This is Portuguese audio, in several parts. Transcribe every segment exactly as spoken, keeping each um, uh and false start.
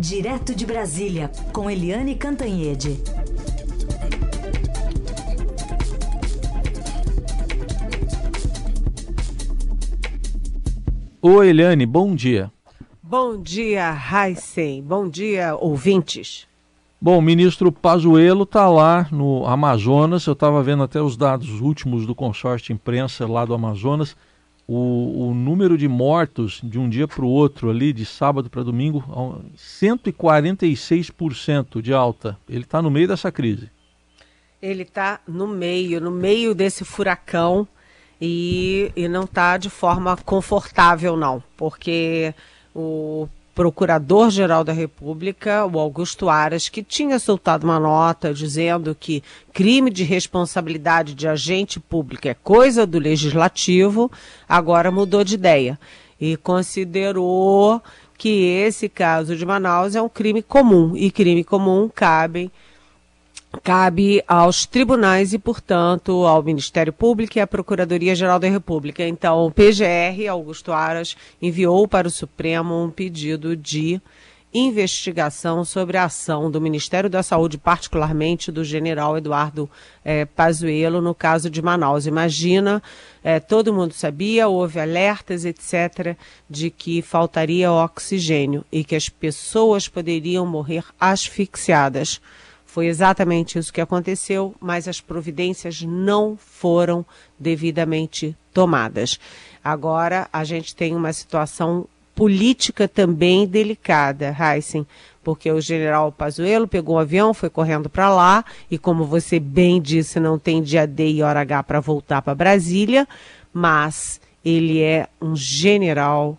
Direto de Brasília, com Eliane Cantanhede. Oi, Eliane, bom dia. Bom dia, Heisen. Bom dia, ouvintes. Bom, o ministro Pazuello está lá no Amazonas. Eu estava vendo até os dados últimos do consórcio de imprensa lá do Amazonas. O, o número de mortos de um dia para o outro ali, de sábado para domingo, cento e quarenta e seis por cento de alta. Ele está no meio dessa crise. Ele está no meio, no meio desse furacão e, e não está de forma confortável não, porque o Procurador-Geral da República, o Augusto Aras, que tinha soltado uma nota dizendo que crime de responsabilidade de agente público é coisa do Legislativo, agora mudou de ideia e considerou que esse caso de Manaus é um crime comum, e crime comum cabe, cabe aos tribunais e, portanto, ao Ministério Público e à Procuradoria-Geral da República. Então, o P G R, Augusto Aras, enviou para o Supremo um pedido de investigação sobre a ação do Ministério da Saúde, particularmente do general Eduardo eh, Pazuello, no caso de Manaus. Imagina, eh, todo mundo sabia, houve alertas, etcétera, de que faltaria oxigênio e que as pessoas poderiam morrer asfixiadas. Foi exatamente isso que aconteceu, mas as providências não foram devidamente tomadas. Agora, a gente tem uma situação política também delicada, Heisen, porque o general Pazuello pegou um avião, foi correndo para lá, e como você bem disse, não tem dia D e hora H para voltar para Brasília, mas ele é um general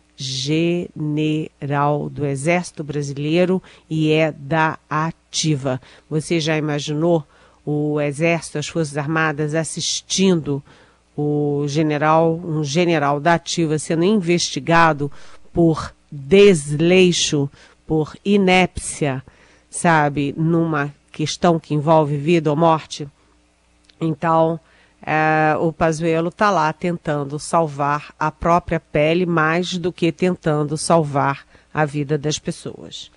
general do Exército Brasileiro e é da ativa. Você já imaginou o Exército, as Forças Armadas assistindo o general, um general da ativa sendo investigado por desleixo, por inépcia, sabe, numa questão que envolve vida ou morte? Então, É, o Pazuello está lá tentando salvar a própria pele mais do que tentando salvar a vida das pessoas.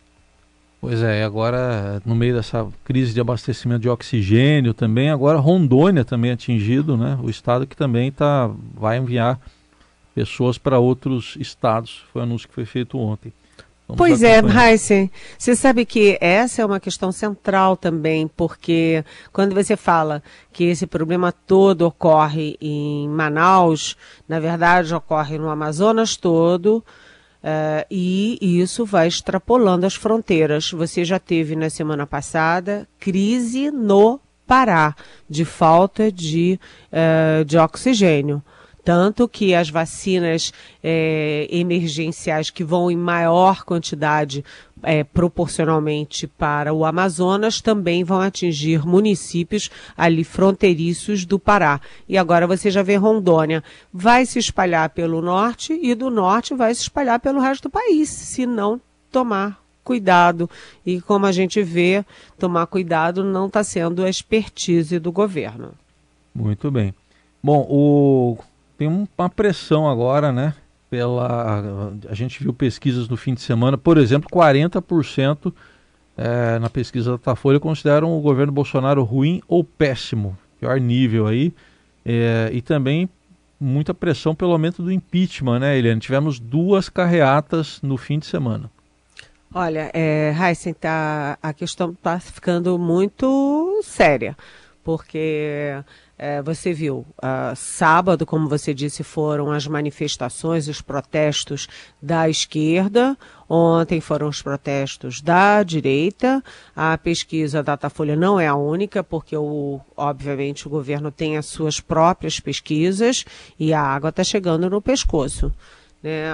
Pois é, agora no meio dessa crise de abastecimento de oxigênio também, agora Rondônia também atingido, né? O estado que também tá, vai enviar pessoas para outros estados, foi o anúncio que foi feito ontem. Vamos pois é, Heisen, você sabe que essa é uma questão central também, porque quando você fala que esse problema todo ocorre em Manaus, na verdade ocorre no Amazonas todo, uh, e isso vai extrapolando as fronteiras. Você já teve na semana passada crise no Pará, de falta de, uh, de oxigênio. Tanto que as vacinas é, emergenciais que vão em maior quantidade é, proporcionalmente para o Amazonas também vão atingir municípios ali fronteiriços do Pará. E agora você já vê Rondônia. Vai se espalhar pelo norte e do norte vai se espalhar pelo resto do país, se não tomar cuidado. E como a gente vê, tomar cuidado não está sendo a expertise do governo. Muito bem. Bom, o... tem uma pressão agora, né? Pela, a gente viu pesquisas no fim de semana, por exemplo, quarenta por cento é, na pesquisa da Datafolha consideram o governo Bolsonaro ruim ou péssimo, pior nível aí, é, e também muita pressão pelo aumento do impeachment, né, Eliane? Tivemos duas carreatas no fim de semana. Olha, é, Heisen, tá, a questão está ficando muito séria, porque é, você viu, uh, sábado, como você disse, foram as manifestações, os protestos da esquerda, ontem foram os protestos da direita, a pesquisa Datafolha não é a única, porque, o, obviamente, o governo tem as suas próprias pesquisas e a água está chegando no pescoço. Né,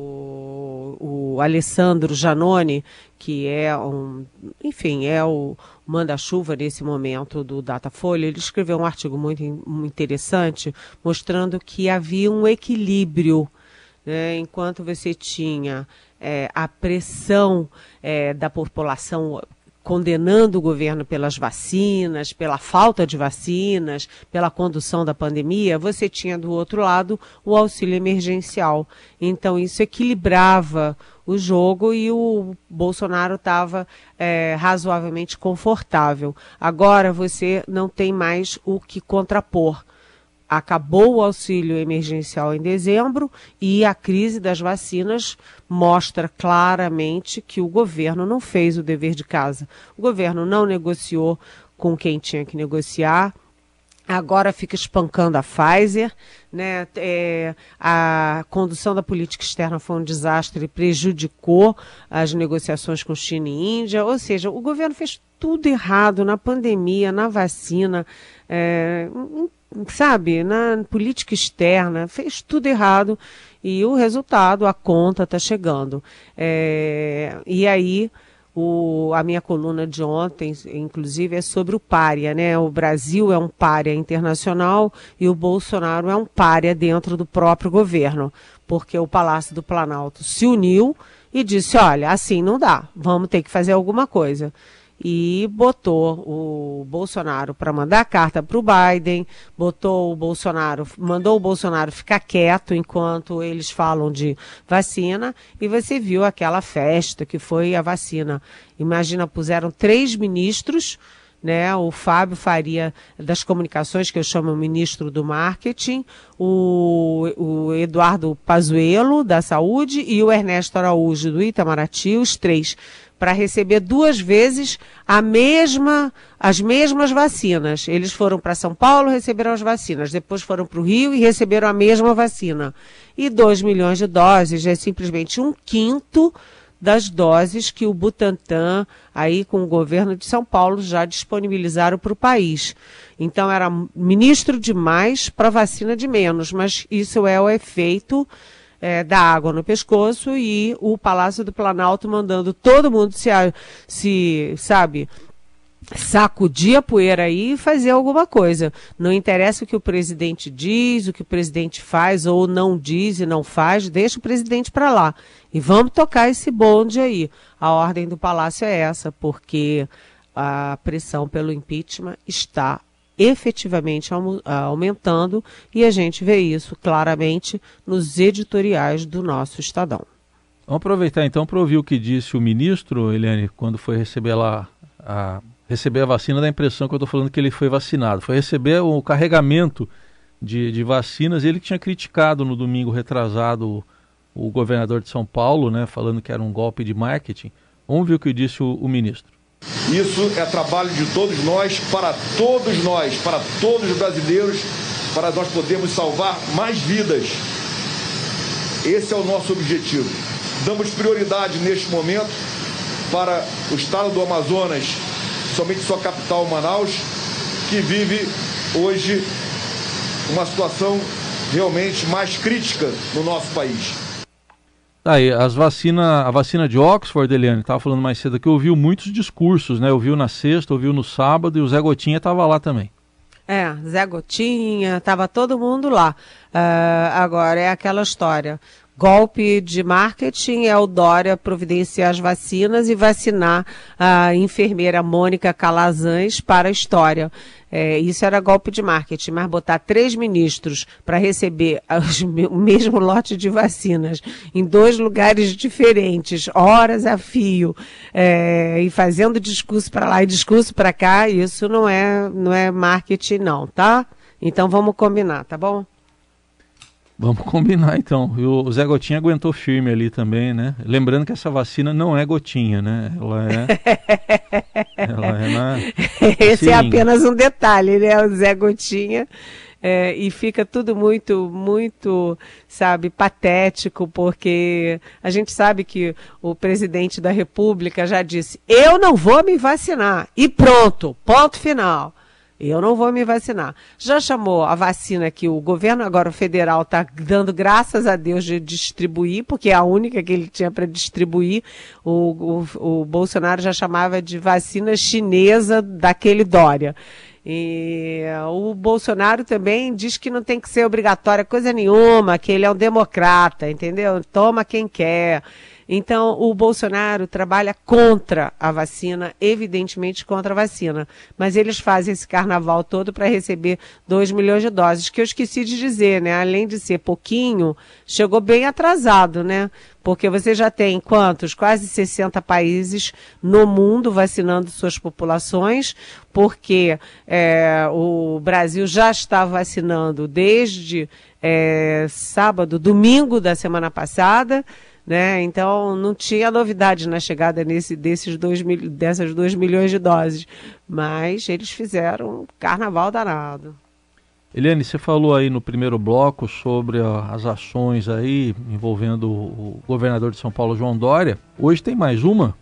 o, o Alessandro Giannone, que é um, enfim, é o manda-chuva nesse momento do Datafolha, ele escreveu um artigo muito interessante mostrando que havia um equilíbrio, né, enquanto você tinha é, a pressão é, da população condenando o governo pelas vacinas, pela falta de vacinas, pela condução da pandemia, você tinha do outro lado o auxílio emergencial. Então isso equilibrava o jogo e o Bolsonaro estava é, razoavelmente confortável. Agora você não tem mais o que contrapor. Acabou o auxílio emergencial em dezembro e a crise das vacinas mostra claramente que o governo não fez o dever de casa. O governo não negociou com quem tinha que negociar. Agora fica espancando a Pfizer, né? É, a condução da política externa foi um desastre e prejudicou as negociações com China e Índia, ou seja, o governo fez tudo errado na pandemia, na vacina, é, sabe, na política externa, fez tudo errado e o resultado, a conta está chegando. É, e aí... O, a minha coluna de ontem, inclusive, é sobre o pária, né? O Brasil é um pária internacional e o Bolsonaro é um pária dentro do próprio governo, porque o Palácio do Planalto se uniu e disse, olha, assim não dá, vamos ter que fazer alguma coisa. E botou o Bolsonaro para mandar carta para o Biden, botou o Bolsonaro, mandou o Bolsonaro ficar quieto enquanto eles falam de vacina, e você viu aquela festa que foi a vacina. Imagina, puseram três ministros, né, o Fábio Faria das Comunicações, que eu chamo o ministro do Marketing, o, o Eduardo Pazuello da Saúde e o Ernesto Araújo do Itamaraty, os três, para receber duas vezes a mesma, as mesmas vacinas. Eles foram para São Paulo, receberam as vacinas, depois foram para o Rio e receberam a mesma vacina. E dois milhões de doses é simplesmente um quinto das doses que o Butantan, aí com o governo de São Paulo, já disponibilizaram para o país. Então era ministro de mais para vacina de menos, mas isso é o efeito É, da água no pescoço e o Palácio do Planalto mandando todo mundo se, se sabe, sacudir a poeira aí e fazer alguma coisa. Não interessa o que o presidente diz, o que o presidente faz ou não diz e não faz, deixa o presidente para lá. E vamos tocar esse bonde aí. A ordem do Palácio é essa, porque a pressão pelo impeachment está efetivamente aumentando e a gente vê isso claramente nos editoriais do nosso Estadão. Vamos aproveitar então para ouvir o que disse o ministro, Eliane, quando foi receber lá a, receber a vacina, dá a impressão que eu estou falando que ele foi vacinado. Foi receber o carregamento de, de vacinas, ele tinha criticado no domingo retrasado o, o governador de São Paulo, né, falando que era um golpe de marketing. Vamos ver o que disse o, o ministro. Isso é trabalho de todos nós, para todos nós, para todos os brasileiros, para nós podermos salvar mais vidas. Esse é o nosso objetivo. Damos prioridade neste momento para o estado do Amazonas, somente sua capital, Manaus, que vive hoje uma situação realmente mais crítica no nosso país. Aí, as vacina, a vacina de Oxford, Eliane, estava falando mais cedo aqui, ouviu muitos discursos, né? Ouviu na sexta, ouviu no sábado e o Zé Gotinha estava lá também. É, Zé Gotinha, estava todo mundo lá. Uh, agora, é aquela história. Golpe de marketing é o Dória providenciar as vacinas e vacinar a enfermeira Mônica Calazans para a história. É, isso era golpe de marketing, mas botar três ministros para receber os, o mesmo lote de vacinas em dois lugares diferentes, horas a fio, é, e fazendo discurso para lá e discurso para cá, isso não é, não é marketing não, tá? Então vamos combinar, tá bom? Vamos combinar então. E o Zé Gotinha aguentou firme ali também, né? Lembrando que essa vacina não é gotinha, né? Ela é... Ela é na... Esse é apenas um detalhe, né? O Zé Gotinha. É, e fica tudo muito, muito, sabe, patético, porque a gente sabe que o presidente da República já disse, eu não vou me vacinar. E pronto, ponto final. Eu não vou me vacinar. Já chamou a vacina que o governo agora federal está dando graças a Deus de distribuir, porque é a única que ele tinha para distribuir. O, o, o Bolsonaro já chamava de vacina chinesa daquele Dória. E o Bolsonaro também diz que não tem que ser obrigatória coisa nenhuma, que ele é um democrata, entendeu? Toma quem quer. Então, o Bolsonaro trabalha contra a vacina, evidentemente contra a vacina. Mas eles fazem esse carnaval todo para receber dois milhões de doses, que eu esqueci de dizer, né? Além de ser pouquinho, chegou bem atrasado, né? Porque você já tem quantos? Quase sessenta países no mundo vacinando suas populações, porque é, o Brasil já está vacinando desde é, sábado, domingo da semana passada, né? Então não tinha novidade na chegada nesse, desses dois mil, dessas dois milhões de doses, mas eles fizeram um carnaval danado. Eliane, você falou aí no primeiro bloco sobre ó, as ações aí envolvendo o, o governador de São Paulo, João Dória. Hoje tem mais uma?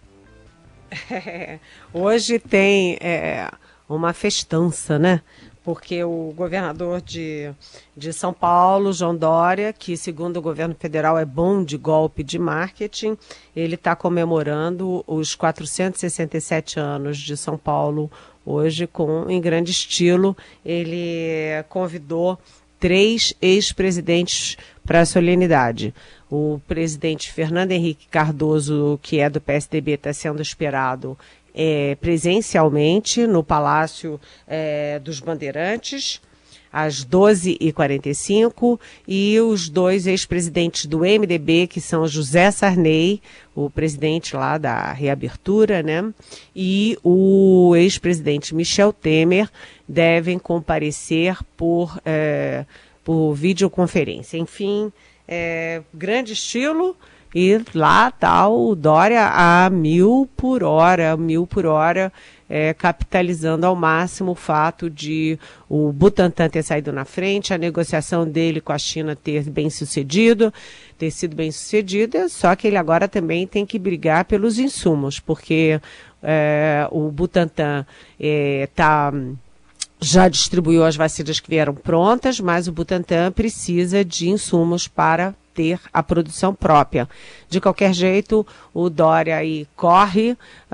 É, hoje tem é, uma festança, né? Porque o governador de, de São Paulo, João Dória, que segundo o governo federal é bom de golpe de marketing, ele está comemorando os quatrocentos e sessenta e sete anos de São Paulo hoje com, em grande estilo. Ele convidou três ex-presidentes para a solenidade. O presidente Fernando Henrique Cardoso, que é do P S D B, está sendo esperado É, presencialmente no Palácio é, dos Bandeirantes, às doze e quarenta e cinco, e os dois ex-presidentes do M D B, que são José Sarney, o presidente lá da reabertura, né, e o ex-presidente Michel Temer, devem comparecer por, é, por videoconferência. Enfim, é, grande estilo. E lá está o Dória a mil por hora, mil por hora, é, capitalizando ao máximo o fato de o Butantan ter saído na frente, a negociação dele com a China ter bem sucedido, ter sido bem sucedida, só que ele agora também tem que brigar pelos insumos, porque é, o Butantan está... É, já distribuiu as vacinas que vieram prontas, mas o Butantan precisa de insumos para ter a produção própria. De qualquer jeito, o Dória aí corre,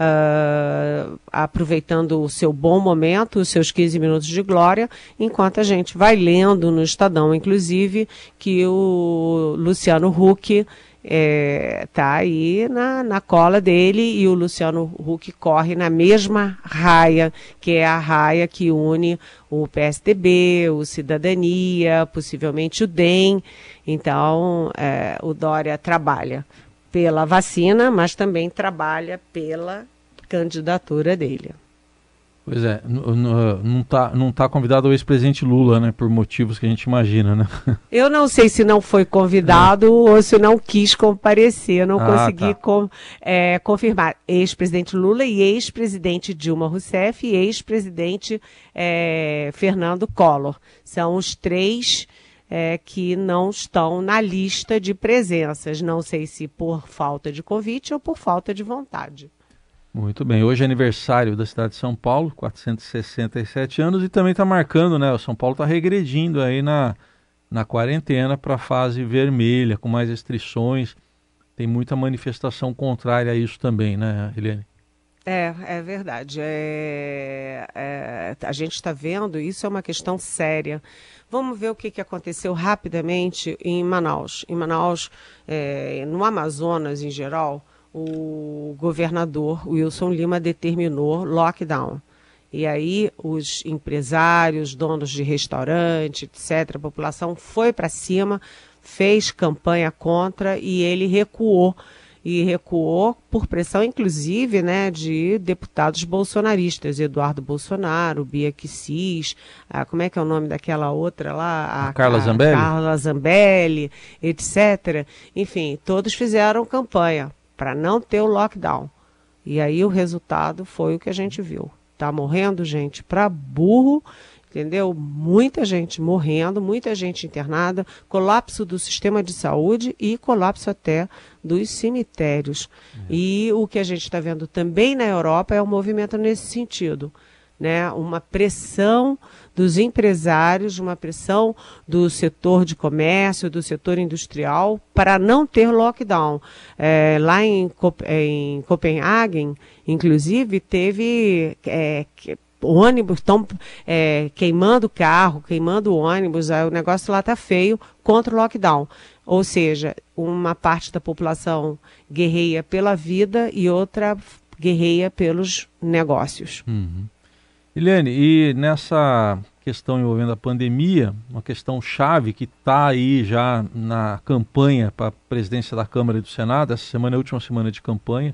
uh, aproveitando o seu bom momento, os seus quinze minutos de glória, enquanto a gente vai lendo no Estadão, inclusive, que o Luciano Huck está é, aí na, na cola dele, e o Luciano Huck corre na mesma raia, que é a raia que une o P S D B, o Cidadania, possivelmente o D E M. Então, é, o Dória trabalha pela vacina, mas também trabalha pela candidatura dele. Pois é, não está não tá convidado o ex-presidente Lula, né, por motivos que a gente imagina, né? Eu não sei se não foi convidado é. ou se não quis comparecer, não ah, consegui tá. com, é, confirmar. Ex-presidente Lula e ex-presidente Dilma Rousseff e ex-presidente é, Fernando Collor. São os três é, que não estão na lista de presenças. Não sei se por falta de convite ou por falta de vontade. Muito bem, hoje é aniversário da cidade de São Paulo, quatrocentos e sessenta e sete anos, e também está marcando, né? O São Paulo está regredindo aí na, na quarentena para a fase vermelha, com mais restrições. Tem muita manifestação contrária a isso também, né, Eliane? É, é verdade. É, é, a gente está vendo, isso é uma questão séria. Vamos ver o que, que aconteceu rapidamente em Manaus. Em Manaus, é, no Amazonas em geral, o governador Wilson Lima determinou lockdown. E aí os empresários, donos de restaurante, etcétera, a população foi para cima, fez campanha contra e ele recuou. E recuou por pressão, inclusive, né, de deputados bolsonaristas, Eduardo Bolsonaro, Bia Kicis, ah, como é que é o nome daquela outra lá? A, a Carla Zambelli. Carla Zambelli, etcétera. Enfim, todos fizeram campanha para não ter o lockdown. E aí o resultado foi o que a gente viu. Tá morrendo gente para burro, entendeu? Muita gente morrendo, muita gente internada, colapso do sistema de saúde e colapso até dos cemitérios. É. E o que a gente está vendo também na Europa é um movimento nesse sentido, né? Uma pressão dos empresários, uma pressão do setor de comércio, do setor industrial, para não ter lockdown. É, lá em, em Copenhague, inclusive, teve é, ônibus, estão é, queimando carro, queimando ônibus, aí o negócio lá está feio contra o lockdown. ou seja, uma parte da população guerreia pela vida e outra guerreia pelos negócios. Uhum. Eliane, e nessa questão envolvendo a pandemia, uma questão chave que está aí já na campanha para a presidência da Câmara e do Senado, essa semana é a última semana de campanha,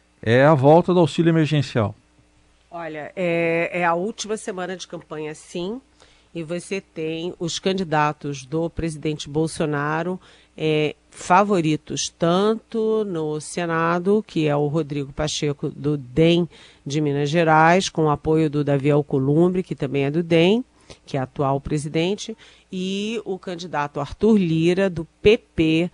é a volta do auxílio emergencial. Olha, é, é a última semana de campanha, sim, e você tem os candidatos do presidente Bolsonaro é, favoritos, tanto no Senado, que é o Rodrigo Pacheco, do D E M de Minas Gerais, com o apoio do Davi Alcolumbre, que também é do D E M, que é atual presidente, e o candidato Arthur Lira, do P P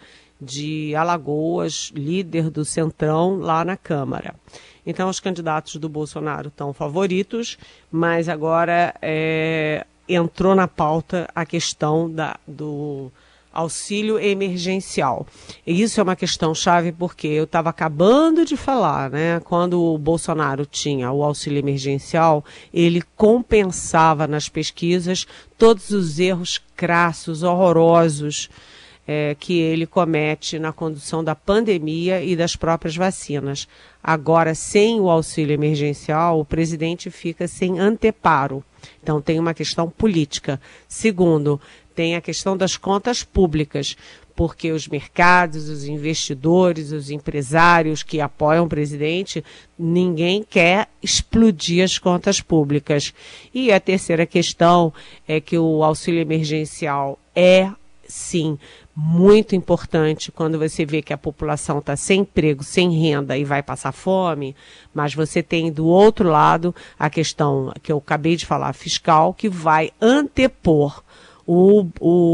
de Alagoas, líder do Centrão, lá na Câmara. Então, os candidatos do Bolsonaro estão favoritos, mas agora é, entrou na pauta a questão da, do auxílio emergencial. E isso é uma questão chave porque eu estava acabando de falar, né? Quando o Bolsonaro tinha o auxílio emergencial, ele compensava nas pesquisas todos os erros crassos, horrorosos, É, que ele comete na condução da pandemia e das próprias vacinas. Agora, sem o auxílio emergencial, o presidente fica sem anteparo. Então, tem uma questão política. Segundo, tem a questão das contas públicas, porque os mercados, os investidores, os empresários que apoiam o presidente, ninguém quer explodir as contas públicas. E a terceira questão é que o auxílio emergencial é, sim, muito importante quando você vê que a população está sem emprego, sem renda e vai passar fome, mas você tem do outro lado a questão que eu acabei de falar, fiscal, que vai antepor o,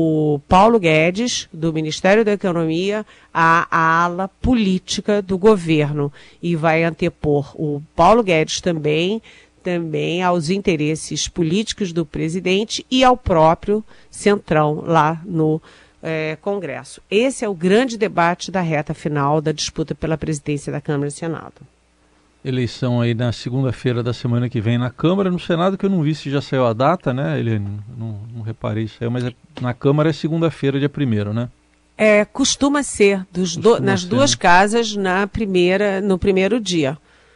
o Paulo Guedes, do Ministério da Economia, à, à ala política do governo, e vai antepor o Paulo Guedes também, também aos interesses políticos do presidente e ao próprio Centrão lá no É, Congresso. Esse é o grande debate da reta final da disputa pela presidência da Câmara e Senado. Eleição aí na segunda-feira da semana que vem na Câmara, no Senado, que eu não vi se já saiu a data, né, Eliane? Não, não reparei isso aí, mas é, na Câmara é segunda-feira, dia primeiro, né? É, costuma ser, dos costuma do, nas ser, duas né? casas na primeira, no primeiro dia.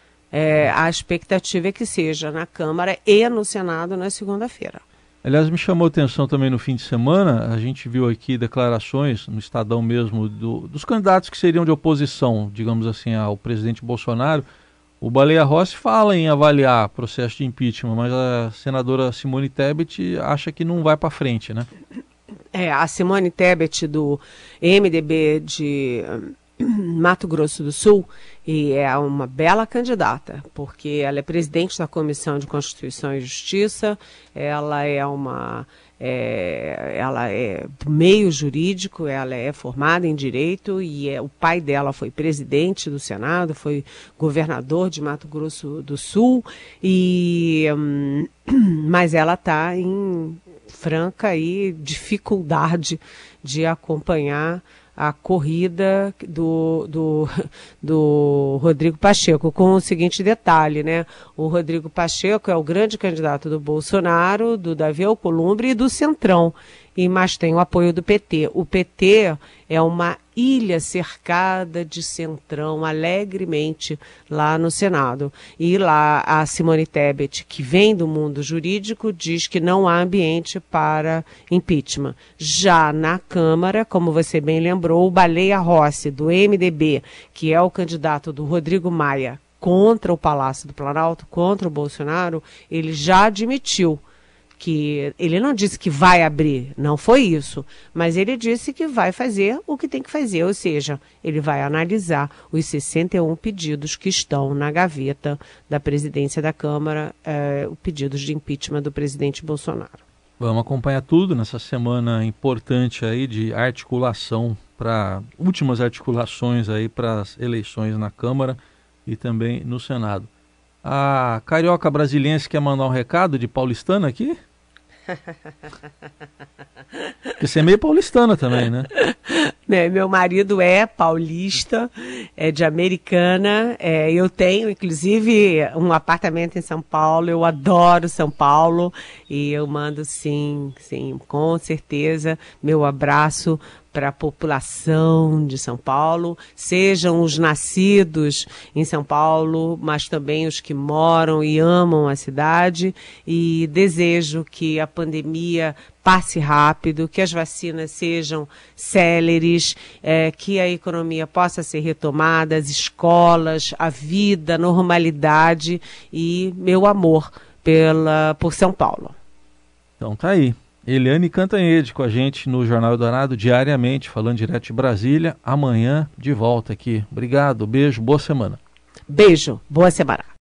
É, a expectativa é que seja na Câmara e no Senado na segunda-feira. Aliás, me chamou a atenção também no fim de semana, a gente viu aqui declarações no Estadão mesmo do, dos candidatos que seriam de oposição, digamos assim, ao presidente Bolsonaro. O Baleia Rossi fala em avaliar processo de impeachment, mas a senadora Simone Tebet acha que não vai para frente, né? É, a Simone Tebet do M D B de Mato Grosso do Sul, e é uma bela candidata, porque ela é presidente da Comissão de Constituição e Justiça, ela é uma, é, ela é do meio jurídico, ela é formada em Direito, e é, o pai dela foi presidente do Senado, foi governador de Mato Grosso do Sul, e, hum, mas ela está em franca aí, dificuldade de acompanhar a corrida do, do, do Rodrigo Pacheco, com o seguinte detalhe, né? O Rodrigo Pacheco é o grande candidato do Bolsonaro, do Davi Alcolumbre e do Centrão, e, mas tem o apoio do P T. O P T é uma ilha cercada de Centrão, alegremente, lá no Senado. E lá a Simone Tebet, que vem do mundo jurídico, diz que não há ambiente para impeachment. Já na Câmara, como você bem lembrou, o Baleia Rossi, do M D B, que é o candidato do Rodrigo Maia contra o Palácio do Planalto, contra o Bolsonaro, ele já admitiu que ele não disse que vai abrir, não foi isso, mas ele disse que vai fazer o que tem que fazer, ou seja, ele vai analisar os sessenta e um pedidos que estão na gaveta da presidência da Câmara, eh, os pedidos de impeachment do presidente Bolsonaro. Vamos acompanhar tudo nessa semana importante aí de articulação, para últimas articulações aí para as eleições na Câmara e também no Senado. A carioca brasiliense quer mandar um recado de paulistana aqui? Porque você é meio paulistana também, né? É, meu marido é paulista, é de Americana, é, eu tenho inclusive um apartamento em São Paulo, eu adoro São Paulo e eu mando sim, sim, com certeza, meu abraço para a população de São Paulo, sejam os nascidos em São Paulo, mas também os que moram e amam a cidade, e desejo que a pandemia passe rápido, que as vacinas sejam céleres, é, que a economia possa ser retomada, as escolas, a vida, a normalidade e meu amor pela, por São Paulo. Então tá aí. Eliane Cantanhede com a gente no Jornal Eldorado diariamente, falando direto de Brasília. Amanhã de volta aqui. Obrigado, beijo, boa semana. Beijo, boa semana.